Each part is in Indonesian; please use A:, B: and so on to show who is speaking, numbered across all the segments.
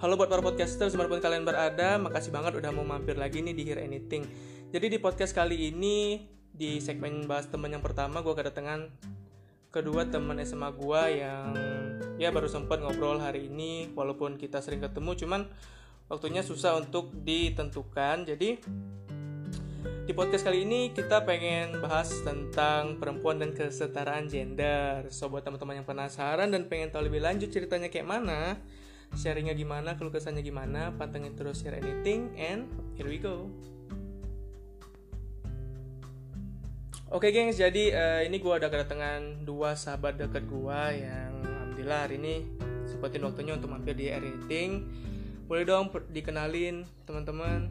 A: Halo buat para podcaster dimanapun kalian berada, makasih banget udah mau mampir lagi nih di Hear Anything. Jadi di podcast kali ini, di segmen bahas teman yang pertama, gue kedatangan kedua teman SMA gue yang ya baru sempat ngobrol hari ini. Walaupun kita sering ketemu, cuman waktunya susah untuk ditentukan. Jadi di podcast kali ini kita pengen bahas tentang perempuan dan kesetaraan gender. So buat teman-teman yang penasaran dan pengen tahu lebih lanjut ceritanya kayak mana, sharingnya gimana, keluh kesahnya gimana, pantengin terus Hear Anything, and here we go. Oke gengs, jadi ini gue ada kedatangan dua sahabat dekat gue yang alhamdulillah hari ini sempetin waktunya untuk mampir di Hear Anything. Boleh dong dikenalin teman-teman.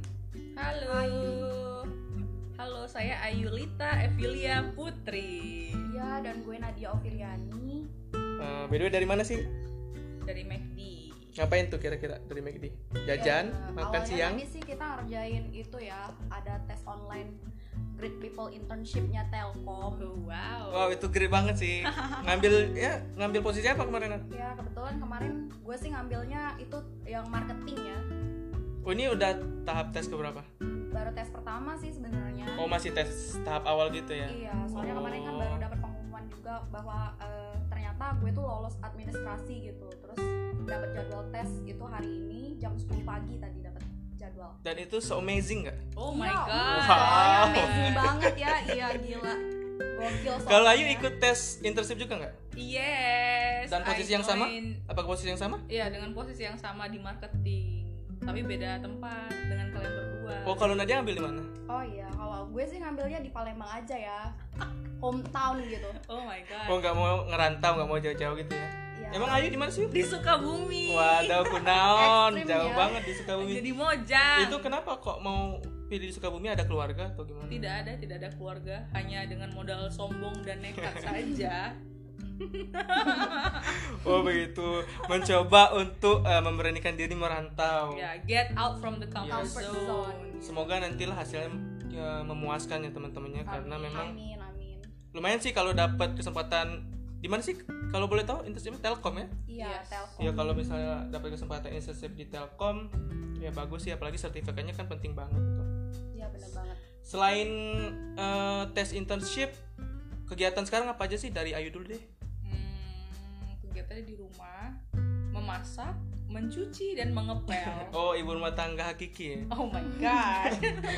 B: Halo, saya Ayulita Evilia Putri.
C: Ya, dan gue Nadia Oviliani.
A: By the way dari mana sih?
B: Dari McD.
A: Ngapain tuh kira-kira dari McD? Jajan, makan siang?
C: Awalnya tadi sih kita ngerjain itu ya, ada tes online Great People Internship-nya Telkom.
B: Wow.
A: Wow, itu gede banget sih. Ngambil posisi apa kemarin?
C: Ya, kebetulan kemarin gue sih ngambilnya itu yang marketing ya.
A: Oh, ini udah tahap tes keberapa?
C: Baru tes pertama sih sebenarnya.
A: Oh, masih tes tahap awal gitu ya?
C: Iya, soalnya kemarin kan baru dapat pengumuman juga bahwa ternyata gue tuh lolos administrasi gitu. Terus dapat jadwal tes itu hari ini jam 10 pagi tadi dapat jadwal.
A: Dan itu so amazing gak?
B: Oh my
C: Iya,
B: god.
C: soalnya amazing banget ya. Iya, gila. Gokil soalnya.
A: Kalau Ayu ikut tes internship juga gak?
B: Yes.
A: Dan posisi yang sama? Apakah posisi yang sama?
B: Iya, dengan posisi yang sama di marketing. Tapi beda tempat dengan kalian berdua.
A: Oh, kalau Nadia ambil di mana?
C: Oh iya, kalau gue sih ngambilnya di Palembang aja ya. Hometown gitu.
B: Oh my god.
A: Oh, nggak mau ngerantau, nggak mau jauh-jauh gitu ya?
C: Iya.
A: Emang Ayu di mana sih?
B: Di Sukabumi.
A: Waduh, kunaon,
C: Ekstrim
A: jauh
C: ya.
A: banget di Sukabumi.
B: Jadi Mojang.
A: Itu kenapa kok mau pilih di Sukabumi? Ada keluarga atau gimana?
B: Tidak ada keluarga, hanya dengan modal sombong dan nekat saja.
A: Oh begitu, mencoba untuk memberanikan diri merantau.
B: Ya, get out from the comfort
A: Yes.
B: zone.
A: Semoga nantilah hasilnya memuaskan ya teman-temannya, karena memang
C: Amin.
A: lumayan sih kalau dapat kesempatan. Di mana sih kalau boleh tahu? Internshipnya Telkom ya?
C: Iya,
B: Yes.
C: Telkom.
A: Ya kalau misalnya dapat kesempatan internship di Telkom, ya bagus sih, apalagi sertifikatnya kan penting banget gitu.
C: Iya, benar banget.
A: Selain tes internship, kegiatan sekarang apa aja sih dari Ayu dulu deh?
B: Kegiatannya di rumah, memasak, mencuci dan mengepel.
A: Oh, ibu rumah tangga hakiki ya.
B: Oh my god.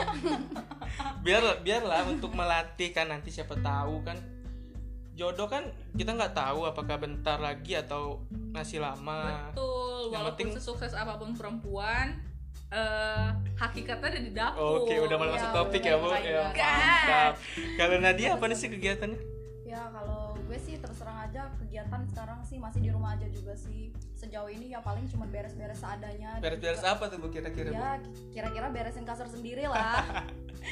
A: Biarlah untuk melatih kan, nanti siapa tahu kan jodoh kan kita nggak tahu apakah bentar lagi atau masih lama.
B: Betul.
A: Yang
B: Walaupun
A: penting-
B: sesukses apapun perempuan, hakikatnya ada di dapur.
A: Oke, udah mulai
C: Ya,
A: masuk topik ya, Bu.
C: udah,
A: Ya,
C: udah.
A: mantap. Kalau Nadia apa nih sih kegiatannya?
C: Ya, kalau gue sih terus terang aja kegiatan sekarang sih masih di rumah aja juga sih. Sejauh ini ya paling cuma beres-beres seadanya.
A: Beres-beres
C: Juga-
A: apa tuh Bu kira-kira, Bu?
C: Ya, kira-kira beresin kasur sendiri lah.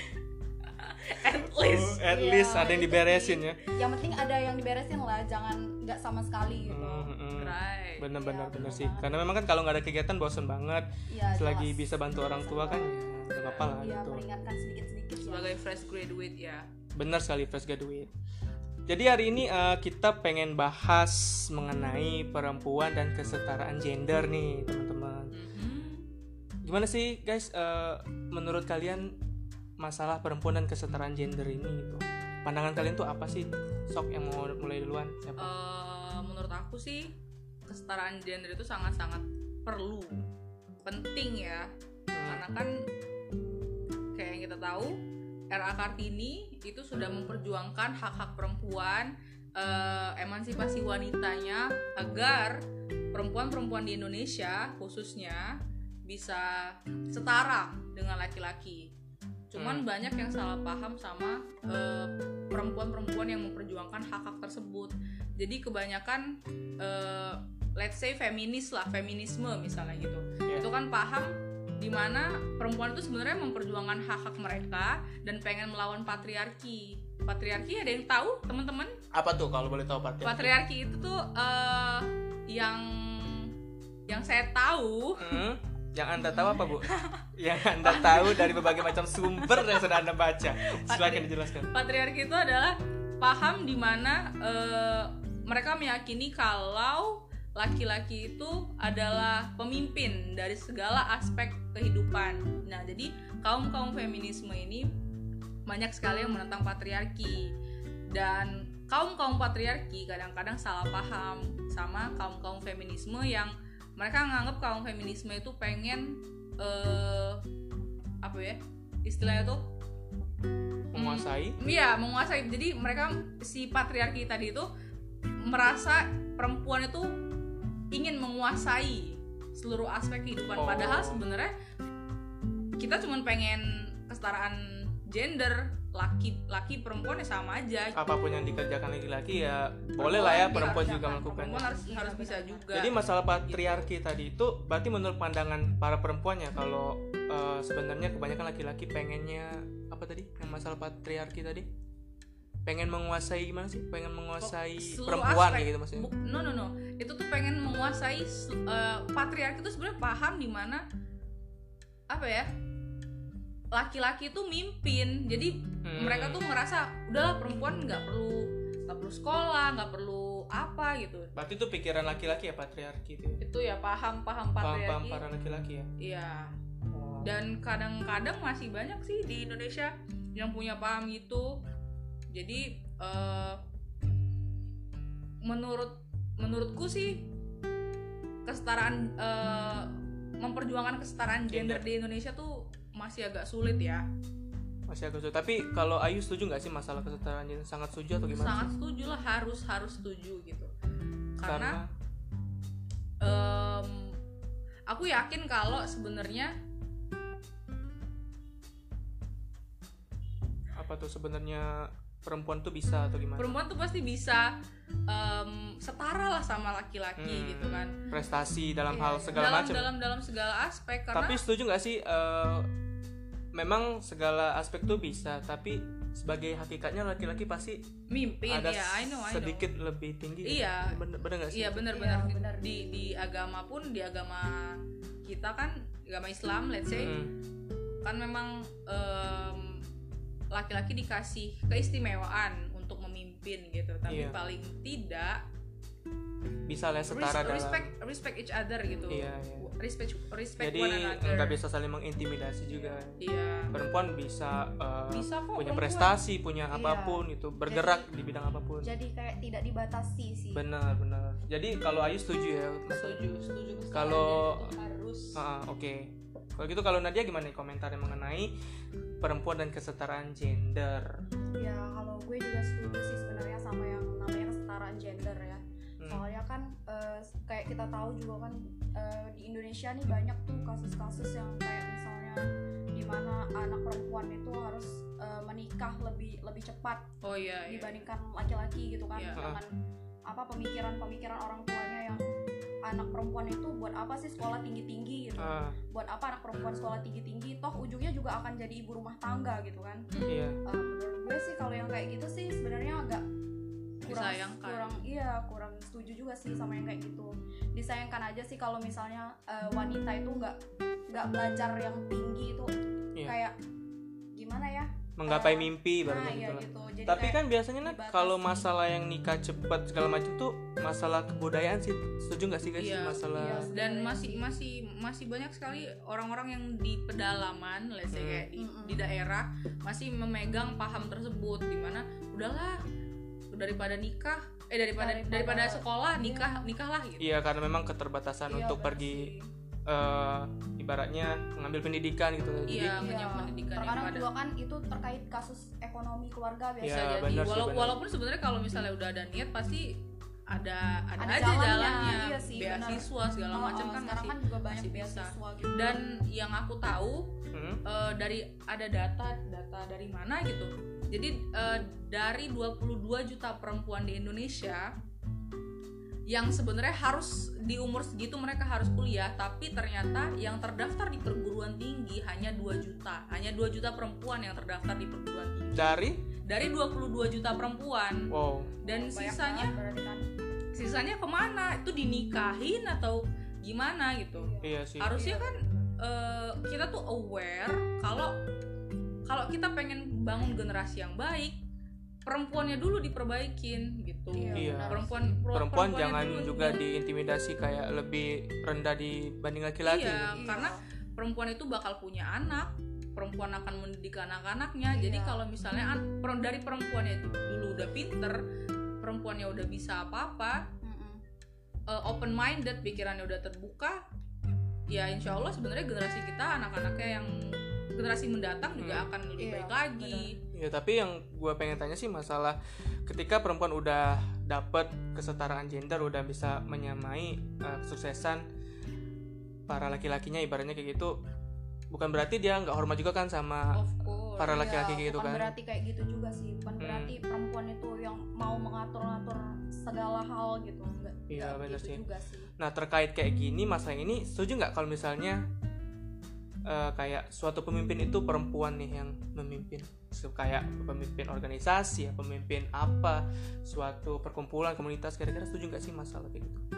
B: At least.
A: Oh, at
C: Iya,
A: least ada yang
C: itu
A: diberesin
C: sih.
A: ya.
C: Yang penting ada yang diberesin lah, jangan nggak sama sekali gitu.
B: Right.
A: Bener-bener
C: Iya,
A: bener
C: bener
A: sih.
C: banget.
A: Karena memang kan kalau nggak ada kegiatan bosen banget.
C: Iya,
A: Selagi
C: jelas.
A: bisa bantu orang tua kan ya nggak apa-apa lah
C: Iya,
A: gitu.
C: meringankan sedikit-sedikit ya.
B: Sebagai fresh graduate ya.
A: Benar sekali, fresh graduate. Jadi hari ini kita pengen bahas mengenai perempuan dan kesetaraan gender nih teman-teman. Gimana sih guys, menurut kalian masalah perempuan dan kesetaraan gender ini gitu? Pandangan kalian tuh apa sih? Sok yang mau mulai duluan siapa?
B: Menurut aku sih kesetaraan gender itu sangat-sangat perlu, penting ya. Karena kan kayak yang kita tahu, RA Kartini itu sudah memperjuangkan hak-hak perempuan, emansipasi wanitanya agar perempuan-perempuan di Indonesia khususnya bisa setara dengan laki-laki. Cuman banyak yang salah paham sama perempuan-perempuan yang memperjuangkan hak-hak tersebut. Jadi kebanyakan let's say feminisme misalnya gitu.
A: Yeah.
B: Itu kan paham dimana perempuan itu sebenarnya memperjuangkan hak-hak mereka dan pengen melawan patriarki. Patriarki ada yang tahu teman-teman?
A: Apa tuh kalau boleh tahu patriarki?
B: Patriarki itu tuh yang saya tahu.
A: Yang Anda tahu apa, Bu? Yang Anda tahu dari berbagai macam sumber yang sudah Anda baca. Silakan dijelaskan.
B: Patriarki itu adalah paham di mana mereka meyakini kalau laki-laki itu adalah pemimpin dari segala aspek kehidupan. Nah, jadi kaum feminisme ini banyak sekali yang menentang patriarki, dan kaum patriarki kadang-kadang salah paham sama kaum feminisme yang mereka menganggap kaum feminisme itu pengen apa ya istilahnya tuh
A: menguasai.
B: Iya, menguasai. Jadi mereka si patriarki tadi itu merasa perempuan itu ingin menguasai seluruh aspek kehidupan. Padahal sebenarnya kita cuma pengen kesetaraan gender, laki perempuan ya sama aja.
A: Apapun yang dikerjakan laki-laki ya boleh lah ya perempuan juga melakukan.
B: Perempuan harus bisa juga.
A: Jadi masalah patriarki tadi itu berarti menurut pandangan para perempuan ya, kalau sebenarnya kebanyakan laki-laki pengennya apa tadi? Yang masalah patriarki tadi? Pengen menguasai gimana sih? Pengen menguasai perempuan
B: aspek,
A: gitu maksudnya.
B: No. Itu tuh pengen menguasai patriarki itu sebenarnya paham di mana apa ya? Laki-laki itu mimpin. Jadi mereka tuh merasa udahlah perempuan nggak perlu sekolah, nggak perlu apa gitu.
A: Berarti itu pikiran laki-laki ya patriarki itu.
B: Itu ya paham patriarki.
A: Paham para laki-laki ya.
B: Iya. Dan kadang-kadang masih banyak sih di Indonesia yang punya paham itu. Jadi menurutku sih kesetaraan memperjuangkan kesetaraan gender di Indonesia tuh masih agak sulit ya.
A: Masih agak sulit. Tapi kalau Ayu setuju nggak sih masalah kesetaraan gender? Sangat setuju atau gimana?
B: Sangat setuju lah, harus setuju gitu. Karena aku yakin kalau sebenarnya
A: apa tuh sebenarnya perempuan tuh bisa atau gimana?
B: Perempuan tuh pasti bisa setara lah sama laki-laki gitu kan.
A: Prestasi dalam hal segala macam.
B: Dalam segala aspek. Karena
A: tapi setuju nggak sih? Memang segala aspek tuh bisa, tapi sebagai hakikatnya laki-laki pasti
B: mimpin
A: ada
B: ya. I know.
A: sedikit lebih tinggi.
B: Iya.
A: Bener nggak sih?
B: Iya benar. Di agama pun, di agama kita kan agama Islam, let's say kan memang laki-laki dikasih keistimewaan untuk memimpin gitu, tapi paling tidak
A: bisa lah setara dalam
B: respect each other gitu.
A: Iya.
B: Respect
A: jadi
B: one another.
A: nggak bisa saling mengintimidasi juga.
B: Iya.
A: Perempuan bisa
B: kok,
A: punya
B: perempuan.
A: prestasi, punya apapun itu, bergerak di bidang apapun.
C: Jadi kayak tidak dibatasi sih.
A: Benar. Jadi kalau Ayu setuju ya?
B: Setuju.
A: Kalau
B: harus.
A: Oke. Kalau gitu kalau Nadia gimana nih komentarnya mengenai perempuan dan kesetaraan gender?
C: Ya kalau gue juga setuju sih sebenarnya sama yang namanya kesetaraan gender ya. Soalnya kan kayak kita tahu juga kan di Indonesia nih banyak tuh kasus-kasus yang kayak misalnya di mana anak perempuan itu harus menikah lebih cepat dibandingkan laki-laki gitu kan. Dengan pemikiran orang tuanya yang anak perempuan itu buat apa sih sekolah tinggi-tinggi gitu. Buat apa anak perempuan sekolah tinggi-tinggi, toh ujungnya juga akan jadi ibu rumah tangga gitu kan. Menurut gue sih kalau yang kayak gitu sih sebenarnya agak kurang setuju juga sih sama yang kayak gitu. Disayangkan aja sih kalau misalnya wanita itu nggak belajar yang tinggi itu kayak gimana ya,
A: menggapai mimpi baru
C: gitu. Jadi
A: tapi kan biasanya kalau masalah yang nikah cepat segala macam tuh masalah kebudayaan sih. Setuju nggak sih guys? Masalah
B: dan masih banyak sekali orang-orang yang di pedalaman, let's say kayak di daerah masih memegang paham tersebut, dimana udahlah daripada sekolah nikahlah gitu.
A: Iya, karena memang keterbatasan untuk pergi ibaratnya mengambil pendidikan gitu.
B: Pendidikan.
C: Terkadang juga kan itu terkait kasus ekonomi keluarga biasa
B: jadi. Walaupun sebenarnya kalau misalnya udah ada niat pasti ada aja jalannya. Beasiswa segala macam kan
C: sekarang juga banyak beasiswa gitu.
B: Dan yang aku tahu ada data dari mana gitu. Jadi dari 22 juta perempuan di Indonesia yang sebenarnya harus di umur segitu mereka harus kuliah, tapi ternyata yang terdaftar di perguruan tinggi hanya 2 juta. Hanya 2 juta perempuan yang terdaftar di perguruan tinggi. Dari 22 juta perempuan.
A: Wow.
B: Dan sisanya kemana? Itu dinikahin atau gimana gitu.
A: Iya sih.
B: Harusnya kan kita tuh aware kalau kita pengen bangun generasi yang baik, perempuannya dulu diperbaikin gitu.
A: Iya.
B: Perempuan
A: jangan
B: dulu
A: juga diintimidasi kayak lebih rendah dibanding laki-laki.
B: Iya, karena perempuan itu bakal punya anak, perempuan akan mendidik anak-anaknya. Jadi kalau misalnya dari perempuannya itu dulu udah pinter, perempuannya udah bisa apa-apa, open minded, pikirannya udah terbuka, ya insya Allah sebenarnya generasi kita, anak-anaknya yang generasi mendatang juga akan lebih baik lagi.
A: Ya, tapi yang gue pengen tanya sih masalah ketika perempuan udah dapet kesetaraan gender, udah bisa menyamai kesuksesan para laki-lakinya, ibaratnya kayak gitu, bukan berarti dia nggak hormat juga kan sama para laki-laki gitu kan?
C: Bukan berarti kayak gitu juga sih, bukan berarti perempuan itu yang mau mengatur-ngatur segala hal gitu,
A: iya benar
C: gitu
A: sih.
C: Juga sih.
A: Nah terkait kayak gini, masalah ini setuju nggak kalau misalnya kayak suatu pemimpin itu perempuan nih yang memimpin, kayak pemimpin organisasi ya, pemimpin apa, suatu perkumpulan komunitas, kira-kira setuju nggak sih masalah kayak gitu?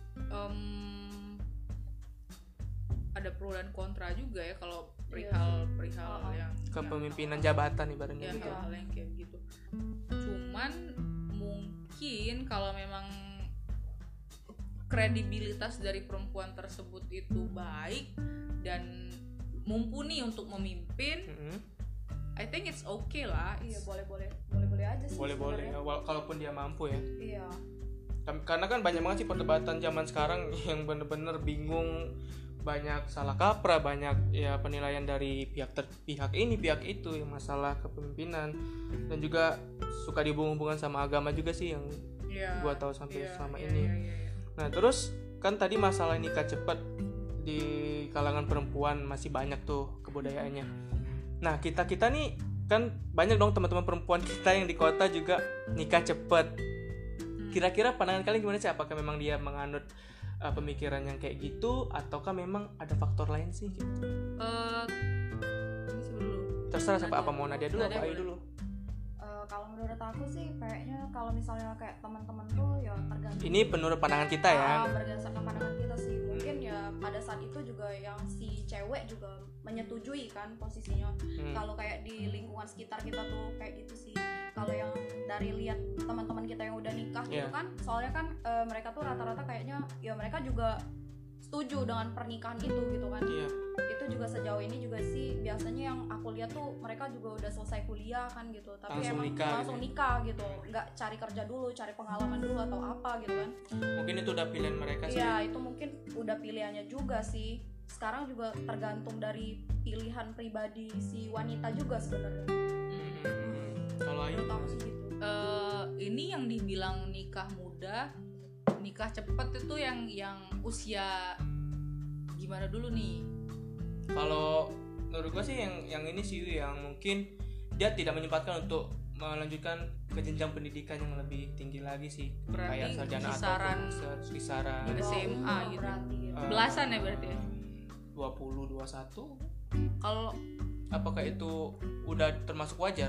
B: Ada pro dan kontra juga ya kalau perihal yang
A: kepemimpinan jabatan ibaratnya gitu.
B: Hal yang kayak gitu. Cuman mungkin kalau memang kredibilitas dari perempuan tersebut itu baik dan mumpuni untuk memimpin, I think it's okay lah.
C: Iya, boleh aja sih.
A: Boleh ya, kalaupun dia mampu ya.
C: Iya.
A: Karena kan banyak banget sih perdebatan zaman sekarang yang bener-bener bingung, banyak salah kaprah, banyak ya penilaian dari pihak ini pihak itu yang masalah kepemimpinan, dan juga suka dihubung-hubungkan sama agama juga sih yang gua tahu sampai selama ini. Nah terus kan tadi masalah nikah cepat di kalangan perempuan masih banyak tuh kebudayaannya. Nah kita nih kan banyak dong teman-teman perempuan kita yang di kota juga nikah cepat. Kira-kira pandangan kalian gimana sih? Apakah memang dia menganut pemikiran yang kayak gitu, ataukah memang ada faktor lain sih? Terserah siapa, apa mau Nadia dulu apa Ayu dulu?
C: Kalau menurut aku sih kayaknya kalau misalnya kayak teman-teman tuh ya tergantung.
A: Ini menurut pandangan kita ya.
C: Berdasarkan pandangan kita sih, mungkin ya pada saat itu juga yang si cewek juga menyetujui kan posisinya. Kalau kayak di lingkungan sekitar kita tuh kayak gitu sih. Kalau yang dari lihat teman-teman kita yang udah nikah gitu kan, soalnya kan mereka tuh rata-rata kayaknya ya mereka juga setuju dengan pernikahan itu gitu kan. Itu juga sejauh ini juga sih biasanya yang aku lihat tuh mereka juga udah selesai kuliah kan gitu, tapi langsung nikah gitu, nggak cari kerja dulu, cari pengalaman dulu atau apa gitu kan.
A: Mungkin itu udah pilihan mereka sih.
C: Iya, itu mungkin udah pilihannya juga sih. Sekarang juga tergantung dari pilihan pribadi si wanita juga sebenarnya.
A: Kalau Ayu
C: tahu sih gitu.
B: Ini yang dibilang nikah muda, nikah cepet itu yang usia gimana dulu nih?
A: Kalau menurut gue sih yang ini sih yang mungkin dia tidak menyempatkan untuk melanjutkan ke jenjang pendidikan yang lebih tinggi lagi sih.
B: Berarti
A: kayak sarjana atau kisaran
B: SMA gitu. Belasan ya berarti ya?
A: 20, 21.
B: Kalau
A: apakah itu udah termasuk wajar?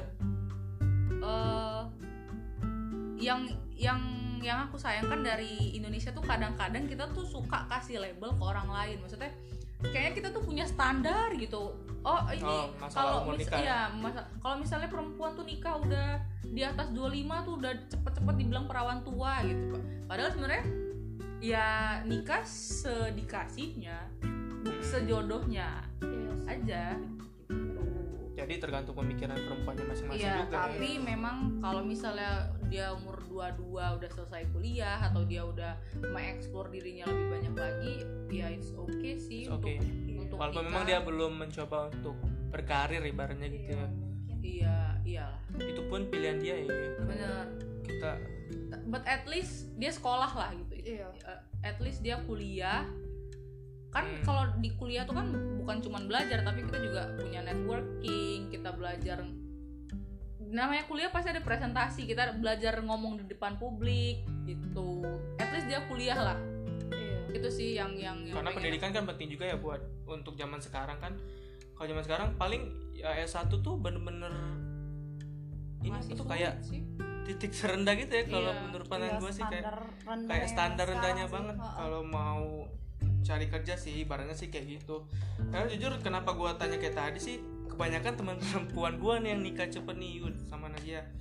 B: Yang aku sayangkan dari Indonesia tuh kadang-kadang kita tuh suka kasih label ke orang lain. Maksudnya kayaknya kita tuh punya standar gitu. Kalau misalnya perempuan tuh nikah udah di atas 25 tuh udah cepet-cepet dibilang perawan tua gitu. Padahal sebenarnya ya nikah sedikasihnya, sejodohnya aja.
A: Jadi tergantung pemikiran perempuannya masing-masing
B: juga. Tapi memang kalau misalnya dia umur 22 udah selesai kuliah atau dia udah mengeksplor dirinya lebih banyak lagi, ya it's okay sih untuk
A: walaupun memang dia belum mencoba untuk berkarir ibaratnya gitu ya.
B: Iyalah.
A: Itu pun pilihan dia ya.
B: Bener. But at least dia sekolah lah gitu. At least dia kuliah. Kan kalau di kuliah tuh kan bukan cuma belajar, tapi kita juga punya networking, kita belajar, namanya kuliah pasti ada presentasi, kita belajar ngomong di depan publik gitu. At least dia kuliah lah. Itu sih yang
A: karena pendidikan kan penting juga ya buat untuk zaman sekarang kan. Kalau zaman sekarang paling ya S1 tuh bener-bener ini tuh kayak sih titik terendah gitu ya kalau menurut pandangan gue sih, kayak standar rendahnya banget kalau mau cari kerja sih, ibaratnya sih kayak gitu. Karena jujur kenapa gue tanya kayak tadi sih, kebanyakan teman perempuan gue nih yang nikah cepet nih Yud sama Nadia,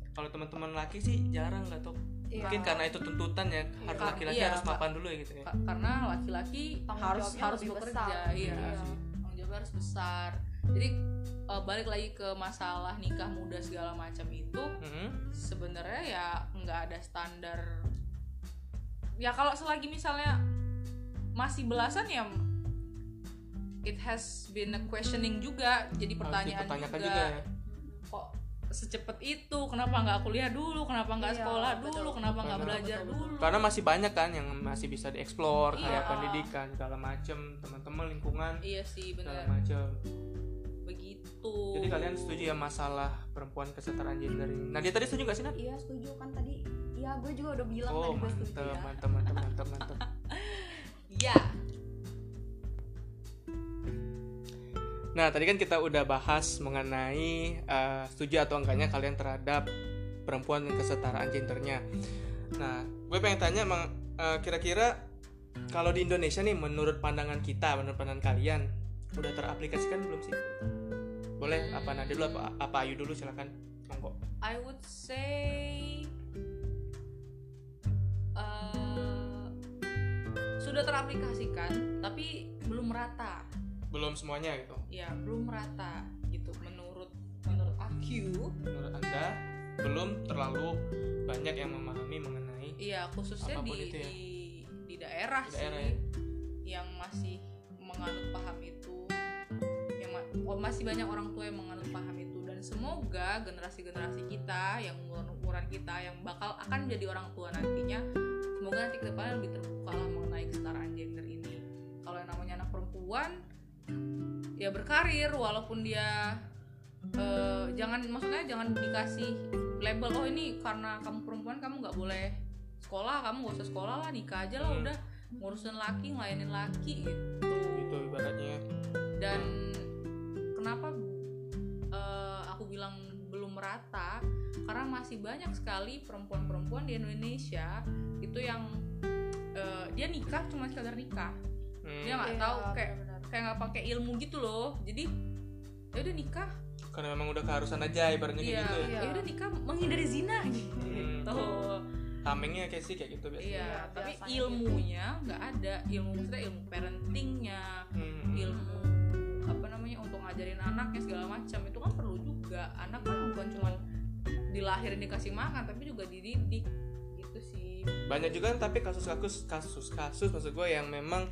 A: Kalau teman-teman laki sih jarang nggak tau.
C: Iya.
A: Mungkin karena itu tuntutan ya, harus laki-laki harus mapan dulu ya gitu ya.
B: Karena laki-laki harus bekerja, tanggung jawabnya harus besar. Jadi balik lagi ke masalah nikah muda segala macam itu, sebenarnya ya nggak ada standar. Ya kalau selagi misalnya masih belasan ya, it has been a questioning juga, jadi pertanyaan juga.
A: Ya.
B: Kok secepat itu, kenapa nggak kuliah dulu, kenapa nggak sekolah dulu, kenapa nggak belajar dulu?
A: Karena masih banyak kan yang masih bisa dieksplor, kayak pendidikan segala macem, teman-teman, lingkungan.
B: Iya sih, benar.
A: Segala macem.
B: Begitu.
A: Jadi kalian setuju ya masalah perempuan kesetaraan gender ini? Nadia tadi setuju nggak sih, Nat?
C: Iya setuju kan tadi. Iya gue juga udah bilang tadi gue setuju ya.
A: Mantap.
B: Iya.
A: Nah, tadi kan kita udah bahas mengenai setuju atau enggaknya kalian terhadap perempuan dan kesetaraan gendernya. Nah, gue pengen tanya, kira-kira kalau di Indonesia nih, menurut pandangan kita, menurut pandangan kalian, udah teraplikasikan belum sih? Boleh apa Nadia dulu, apa Ayu dulu, silakan. Monggo.
B: I would say sudah teraplikasikan, tapi belum merata.
A: Belum semuanya gitu.
B: Ya, belum merata gitu menurut aku.
A: Menurut Anda belum terlalu banyak yang memahami mengenai
B: khususnya di daerah sih
A: ya?
B: yang masih menganut paham itu. Masih banyak orang tua yang menganut paham itu, dan semoga generasi-generasi kita yang umuran kita yang akan jadi orang tua nantinya, semoga nanti ke depannya lebih terbuka lah mengenai kesetaraan gender ini. Kalau yang namanya anak perempuan ya berkarir, walaupun dia jangan dikasih label ini karena kamu perempuan kamu nggak boleh sekolah, kamu nggak usah sekolah lah, nikah aja lah, udah ngurusin laki, ngelayanin laki gitu
A: ibaratnya.
B: Dan kenapa aku bilang belum merata, karena masih banyak sekali perempuan-perempuan di Indonesia itu yang dia nikah cuma sekadar nikah. Dia nggak tahu, kayak nggak pakai ilmu gitu loh. Jadi ya udah nikah
A: karena memang udah keharusan aja ibaratnya gitu ya.
B: Ya udah nikah menghindari zina gitu.
A: Tamengnya kayak gitu biasanya.
B: Iya, tapi ilmunya nggak ada. Maksudnya ilmu parentingnya, ilmu untuk ngajarin anaknya segala macam itu kan perlu juga. Anak kan bukan cuma dilahirin dikasih makan, tapi juga dididik gitu sih.
A: Banyak juga tapi kasus maksud gue yang memang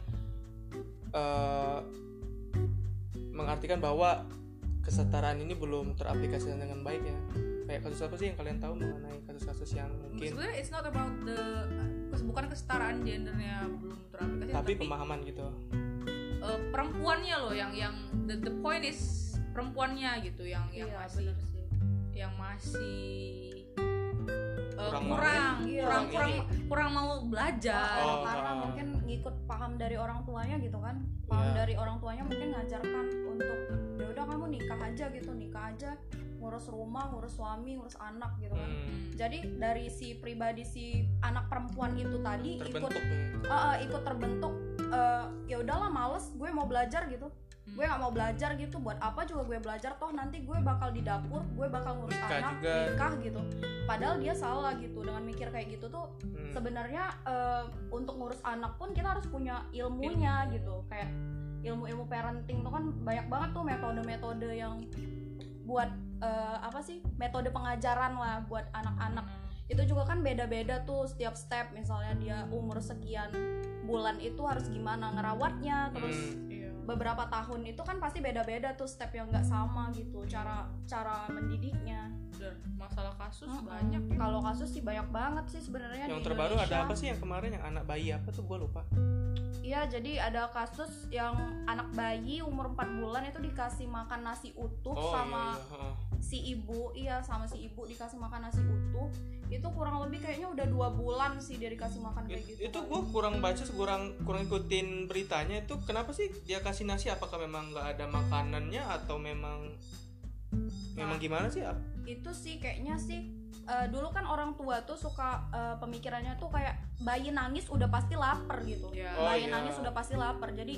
A: mengartikan bahwa kesetaraan ini belum teraplikasikan dengan baik ya. Kayak kasus apa sih yang kalian tahu mengenai kasus-kasus yang mungkin
B: sebenarnya it's not about bukan kesetaraan gendernya belum teraplikasi,
A: tapi pemahaman gitu.
B: Perempuannya loh yang the point is perempuannya gitu yang masih kurang mau belajar.
C: Karena mungkin ngikut paham dari orang tuanya gitu kan. Dari orang tuanya mungkin ngajarkan untuk ya udah kamu nikah aja, ngurus rumah, ngurus suami, ngurus anak gitu kan. Jadi dari si pribadi si anak perempuan itu tadi ikut terbentuk ya udahlah males, gue mau belajar gitu. Gue nggak mau belajar gitu, buat apa juga gue belajar, toh nanti gue bakal di dapur, gue bakal ngurus anak, nikah gitu. Padahal dia salah gitu dengan mikir kayak gitu tuh. Sebenarnya untuk ngurus anak pun kita harus punya ilmunya gitu. Kayak ilmu parenting tuh kan banyak banget tuh metode-metode yang buat metode pengajaran lah buat anak-anak. Itu juga kan beda-beda tuh setiap step. Misalnya dia umur sekian bulan itu harus gimana ngerawatnya, terus beberapa tahun itu kan pasti beda-beda tuh step yang nggak sama gitu cara mendidiknya.
B: Dan masalah kasus banyak ya.
C: Kalau kasus sih banyak banget sih sebenarnya.
A: Yang terbaru Indonesia. Ada apa sih yang kemarin yang anak bayi apa tuh, gue lupa.
C: Iya, jadi ada kasus yang anak bayi umur 4 bulan itu dikasih makan nasi utuh si ibu. Iya, sama si ibu dikasih makan nasi utuh. Itu kurang lebih kayaknya udah 2 bulan sih dia dikasih makan kayak gitu.
A: Itu gue kurang baca, kurang ikutin beritanya itu. Kenapa sih dia kasih nasi? Apakah memang nggak ada makanannya atau memang gimana sih?
C: Itu sih kayaknya sih dulu kan orang tua tuh suka pemikirannya tuh kayak bayi nangis udah pasti lapar gitu. Nangis udah pasti lapar. Jadi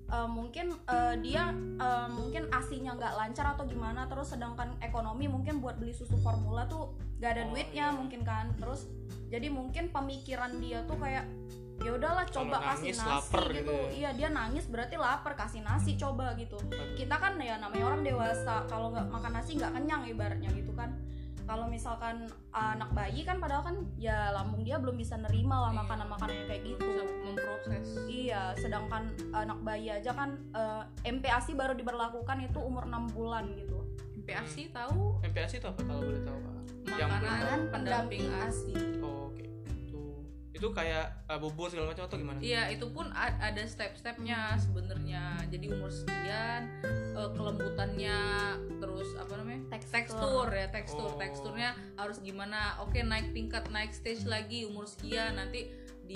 C: mungkin dia mungkin ASI-nya nggak lancar atau gimana, terus sedangkan ekonomi mungkin buat beli susu formula tuh nggak ada duitnya mungkin kan, terus jadi mungkin pemikiran dia tuh kayak ya udahlah coba kasih nasi gitu. Iya, dia nangis berarti lapar, kasih nasi coba gitu. Kita kan ya namanya orang dewasa, kalau nggak makan nasi nggak kenyang ibaratnya gitu kan. Kalau misalkan anak bayi kan padahal kan ya lambung dia belum bisa nerima lah makanan-makanan yang kayak gitu,
B: memproses.
C: Iya, sedangkan anak bayi aja kan MPASI baru diberlakukan itu umur 6 bulan gitu.
B: MPASI tahu?
A: MPASI itu apa kalau boleh tahu, Pak?
B: Makanan pendamping ASI.
A: Oh, oke. Itu kayak bubur segala macam atau gimana?
B: Iya, itu pun ada step-stepnya sebenarnya. Jadi umur sekian, kelembutannya, terus apa namanya? Teksturnya harus gimana? Oke, naik tingkat, naik stage lagi umur sekian, nanti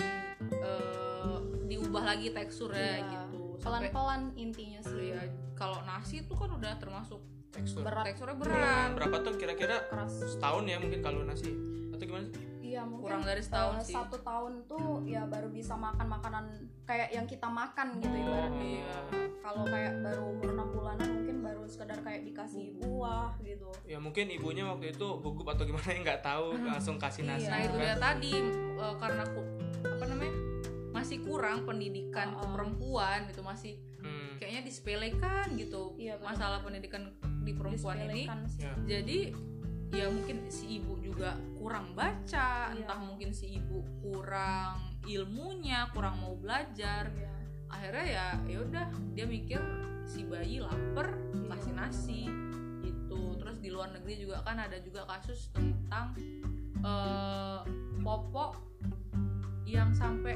B: diubah lagi teksturnya gitu.
C: Pelan-pelan intinya sih.
B: Ya, kalau nasi itu kan udah termasuk teksturnya berat.
A: Berapa tahun kira-kira?
C: Keras.
A: Setahun ya mungkin kalau nasi atau gimana sih?
C: Iya, mungkin
B: kurang dari setahun sih.
C: 1 tahun tuh ya baru bisa makan makanan kayak yang kita makan gitu ibaratnya.
B: Iya.
C: Kalau kayak baru umur 6 bulanan mungkin baru sekedar kayak dikasih buah gitu.
A: Ya mungkin ibunya waktu itu gugup atau gimana yang nggak tahu, langsung kasih nasi.
B: Nah, itu
A: kan.
B: dia tadi karena masih kurang pendidikan ke perempuan gitu, masih kayaknya disepelekan gitu.
C: Iya,
B: masalah pendidikan di perempuan ini.
A: Ya.
B: Jadi ya mungkin si ibu juga kurang baca, entah mungkin si ibu kurang ilmunya, kurang mau belajar. Akhirnya ya udah dia mikir si bayi lapar, kasih nasi gitu. Terus di luar negeri juga kan ada juga kasus tentang popok yang sampai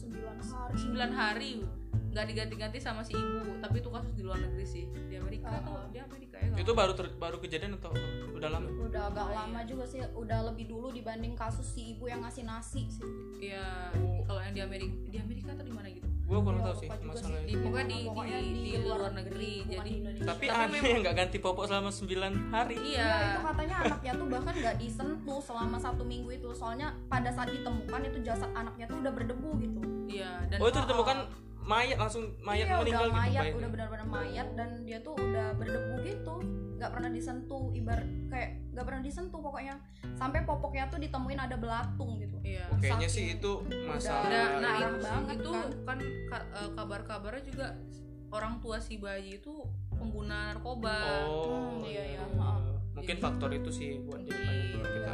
B: 9 hari nggak diganti-ganti sama si ibu, tapi itu kasus di luar negeri sih, di Amerika atau di Amerika ya.
A: Itu baru kejadian atau udah lama?
C: Udah agak lama juga sih, udah lebih dulu dibanding kasus si ibu yang ngasih nasi sih.
B: Iya, kalau yang di Amerika atau di mana gitu.
A: Gue kurang tahu sih masalah itu.
B: Pokoknya di luar negeri. Jadi
A: tapi aneh yang nggak ganti popok selama 9 hari.
C: Iya, itu katanya anaknya tuh bahkan nggak disentuh selama 1 minggu itu, soalnya pada saat ditemukan itu jasad anaknya tuh udah berdebu gitu.
B: Iya, dan
A: itu ditemukan mayat meninggal
C: udah
A: gitu.
C: Mayat, udah benar-benar mayat, dan dia tuh udah berdebu gitu, nggak pernah disentuh, ibarat kayak nggak pernah disentuh pokoknya, sampai popoknya tuh ditemuin ada belatung gitu.
B: Iya.
A: Kayaknya sih itu masalah.
B: Nah itu kan kabar-kabarnya juga orang tua si bayi itu pengguna narkoba.
C: Iya.
A: Mungkin faktor itu sih buat dia banyak kita.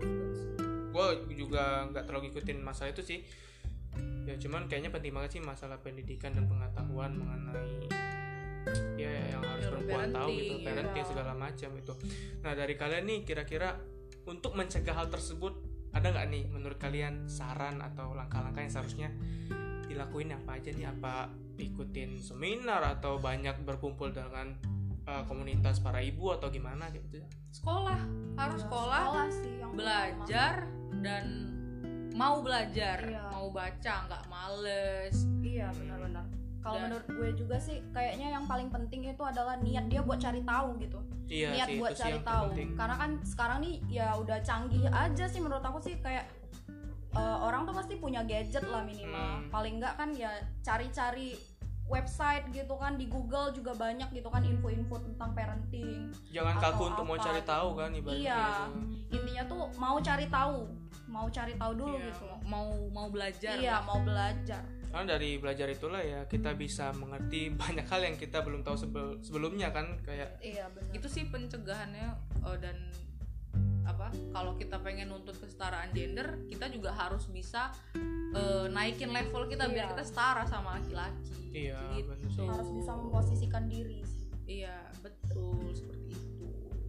A: Gue juga nggak terlalu ngikutin masalah itu sih. Ya cuman kayaknya penting banget sih masalah pendidikan dan pengetahuan mengenai ya yang harus perempuan tahu gitu, parenting segala macam itu. Nah, dari kalian nih kira-kira untuk mencegah hal tersebut ada nggak nih menurut kalian saran atau langkah-langkah yang seharusnya dilakuin apa aja nih? Apa ikutin seminar atau banyak berkumpul dengan komunitas para ibu atau gimana gitu?
B: Sekolah sekolah sih, yang belajar dan mau belajar, mau baca, nggak males.
C: Iya, benar-benar. Kalau menurut gue juga sih kayaknya yang paling penting itu adalah niat dia buat cari tahu gitu.
A: Iya,
C: niat
A: sih,
C: buat cari tahu. Karena kan sekarang nih ya udah canggih aja sih menurut aku sih, kayak orang tuh pasti punya gadget lah minimal. Paling enggak kan ya cari-cari website gitu kan, di Google juga banyak gitu kan info-info tentang parenting.
A: Jangan kaku untuk mau cari tahu kan ibaratnya.
C: Iya. Intinya tuh mau cari tahu dulu gitu.
B: Mau belajar.
C: Iya, mau belajar.
A: Karena dari belajar itulah ya kita bisa mengerti banyak hal yang kita belum tahu sebelumnya kan, kayak.
C: Iya, benar.
B: Itu sih pencegahannya. Dan kalau kita pengen nuntut kesetaraan gender, kita juga harus bisa naikin level kita biar kita setara sama laki-laki.
A: Iya,
B: gitu.
C: Harus bisa memposisikan diri sih.
B: Iya, betul seperti itu.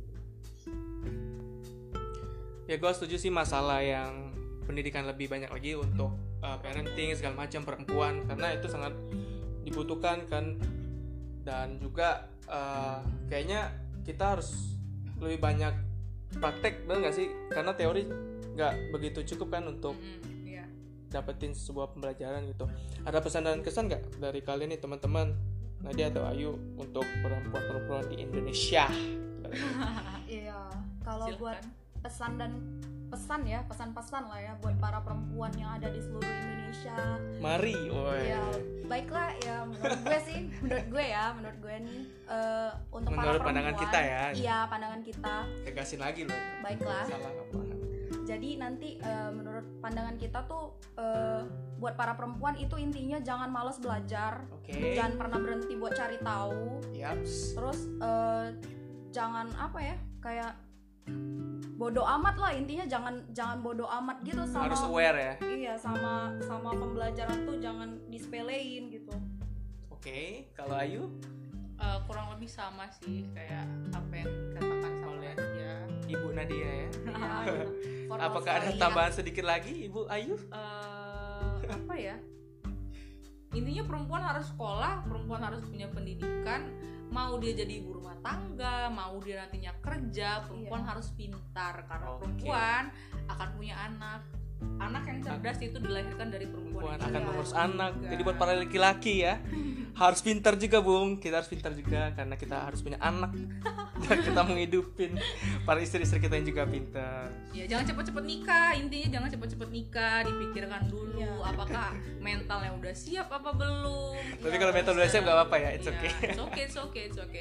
A: Ya gue setuju sih masalah yang pendidikan lebih banyak lagi untuk parenting segala macam perempuan, karena itu sangat dibutuhkan kan. Dan juga kayaknya kita harus lebih banyak praktek, benar nggak sih? Karena teori nggak begitu cukup kan untuk dapetin sebuah pembelajaran gitu. Ada pesan dan kesan nggak dari kalian nih teman-teman, Nadia atau Ayu, untuk perempuan-perempuan di Indonesia?
C: Iya, kalau buat pesan dan pesan-pesan lah ya buat para perempuan yang ada di seluruh Indonesia.
A: Mari,
C: Ya, baiklah ya menurut gue nih untuk para
A: menurut
C: perempuan.
A: pandangan kita ya.
C: Iya, pandangan kita.
A: Tegasin lagi loh.
C: Baiklah.
A: Salah apa?
C: Jadi nanti menurut pandangan kita tuh buat para perempuan itu intinya jangan malas belajar, jangan pernah berhenti buat cari tahu.
A: Yaps.
C: Terus jangan kayak bodoh amat lah, intinya jangan bodoh amat gitu sama.
A: Harus aware ya.
C: Iya, sama pembelajaran tuh jangan disepelein gitu.
A: Oke, kalau Ayu?
B: Kurang lebih sama sih kayak apa yang dikatakan sama Nadia.
A: Ibu Nadia ya.
C: Iya.
A: Apakah ada tambahan sedikit lagi Ibu Ayu?
B: Apa ya? Intinya perempuan harus sekolah, perempuan harus punya pendidikan. Mau dia jadi ibu rumah tangga, mau dia nantinya kerja, perempuan harus pintar karena perempuan akan punya anak. Anak yang cerdas itu dilahirkan dari perempuan
A: akan mengurus anak. Jadi buat para laki-laki ya, harus pintar juga Bung. Kita harus pintar juga karena kita harus punya anak. Dan kita menghidupin para istri-istri kita yang juga pintar.
B: Ya, jangan cepet-cepet nikah. Intinya jangan cepet-cepet nikah, dipikirkan dulu apakah mentalnya udah siap apa belum.
A: Tapi kalau mental udah siap gak apa-apa ya, it's okay.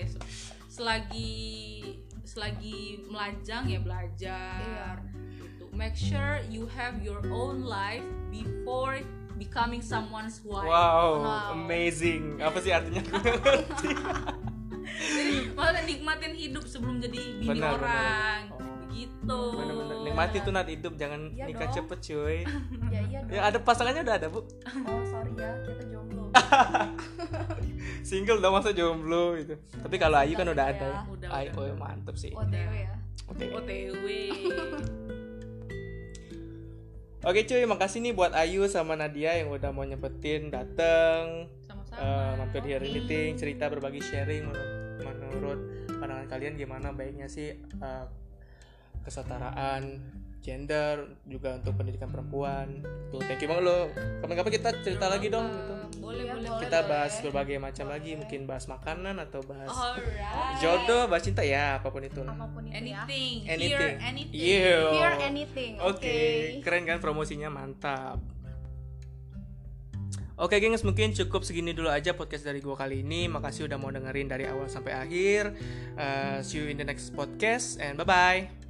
B: Selagi melajang ya belajar. Make sure you have your own life before becoming someone's wife.
A: Wow. Amazing. Apa sih artinya?
B: Jadi maksudnya nikmatin hidup sebelum jadi bini orang. Begitu.
A: Bener-bener. Nikmati tuh hidup, jangan nikah cepet cuy.
C: Iya dong.
A: Ya ada pasangannya udah ada Bu.
C: Oh sorry ya, kita jomblo.
A: Single dong, masa jomblo itu. Tapi kalau Ayu kan udah ada ya.
B: Udah.
A: Ayu mantep sih.
C: OTW ya.
B: OTW.
A: Oke cuy, makasih nih buat Ayu sama Nadia yang udah mau nyempetin dateng, mampir di Here Anything, cerita berbagi sharing menurut pandangan kalian gimana baiknya sih kesetaraan gender juga untuk pendidikan perempuan. Tuh, thank you banget lo. Kapan-kapan kita cerita lagi dong gitu.
B: Boleh.
A: Kita bahas berbagai macam lagi, mungkin bahas makanan atau bahas
B: Alright.
A: jodoh, bahas cinta ya, apapun itu.
B: Anything.
A: Anything.
B: Hear anything.
A: Yeah.
C: Hear anything.
A: Oke, keren kan promosinya, mantap. Oke gengs, mungkin cukup segini dulu aja podcast dari gua kali ini. Makasih udah mau dengerin dari awal sampai akhir. See you in the next podcast and bye-bye.